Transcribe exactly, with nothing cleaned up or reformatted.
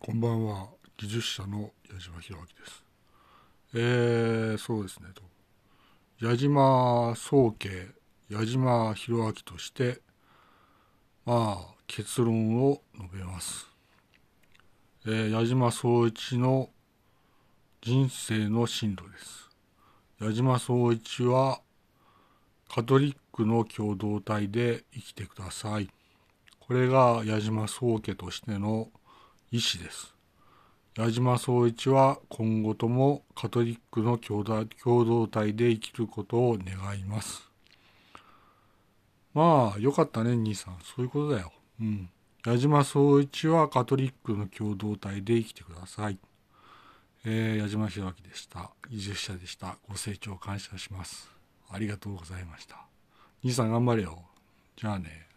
こんばんは。技術者の矢島弘明です。えー、そうですねと。矢島宗家、矢島弘明として、まあ、結論を述べます。えー、矢島宗一の人生の進路です。矢島宗一は、カトリックの共同体で生きてください。これが矢島宗家としての意思です。矢島宗一は今後ともカトリックの共同体で生きることを願います。まあ、よかったね、兄さん。そういうことだよ。うん。矢島宗一はカトリックの共同体で生きてください。えー、矢島弘明でした。移住者でした。ご清聴感謝します。ありがとうございました。兄さん頑張れよ。じゃあね。